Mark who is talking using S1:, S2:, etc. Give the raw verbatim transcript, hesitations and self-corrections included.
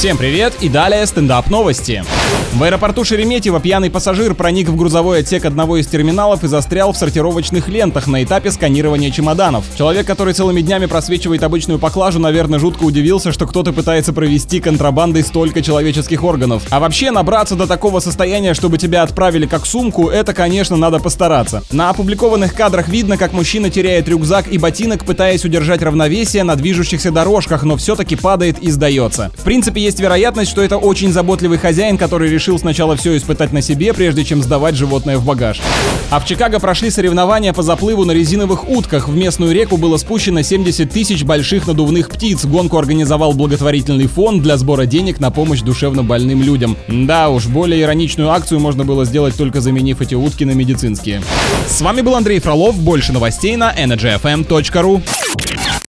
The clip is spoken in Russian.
S1: Всем привет и далее стендап новости. В аэропорту Шереметьево пьяный пассажир проник в грузовой отсек одного из терминалов и застрял в сортировочных лентах на этапе сканирования чемоданов. Человек, который целыми днями просвечивает обычную поклажу, наверное, жутко удивился, что кто-то пытается провести контрабандой столько человеческих органов. А вообще, набраться до такого состояния, чтобы тебя отправили как сумку, это, конечно, надо постараться. На опубликованных кадрах видно, как мужчина теряет рюкзак и ботинок, пытаясь удержать равновесие на движущихся дорожках, но все-таки падает и сдается. В принципе, есть вероятность, что это очень заботливый хозяин, который решил сначала все испытать на себе, прежде чем сдавать животное в багаж. А в Чикаго прошли соревнования по заплыву на резиновых утках. В местную реку было спущено семьдесят тысяч больших надувных птиц. Гонку организовал благотворительный фонд для сбора денег на помощь душевно больным людям. Да уж, более ироничную акцию можно было сделать, только заменив эти утки на медицинские. С вами был Андрей Фролов. Больше новостей на energy f m точка ru.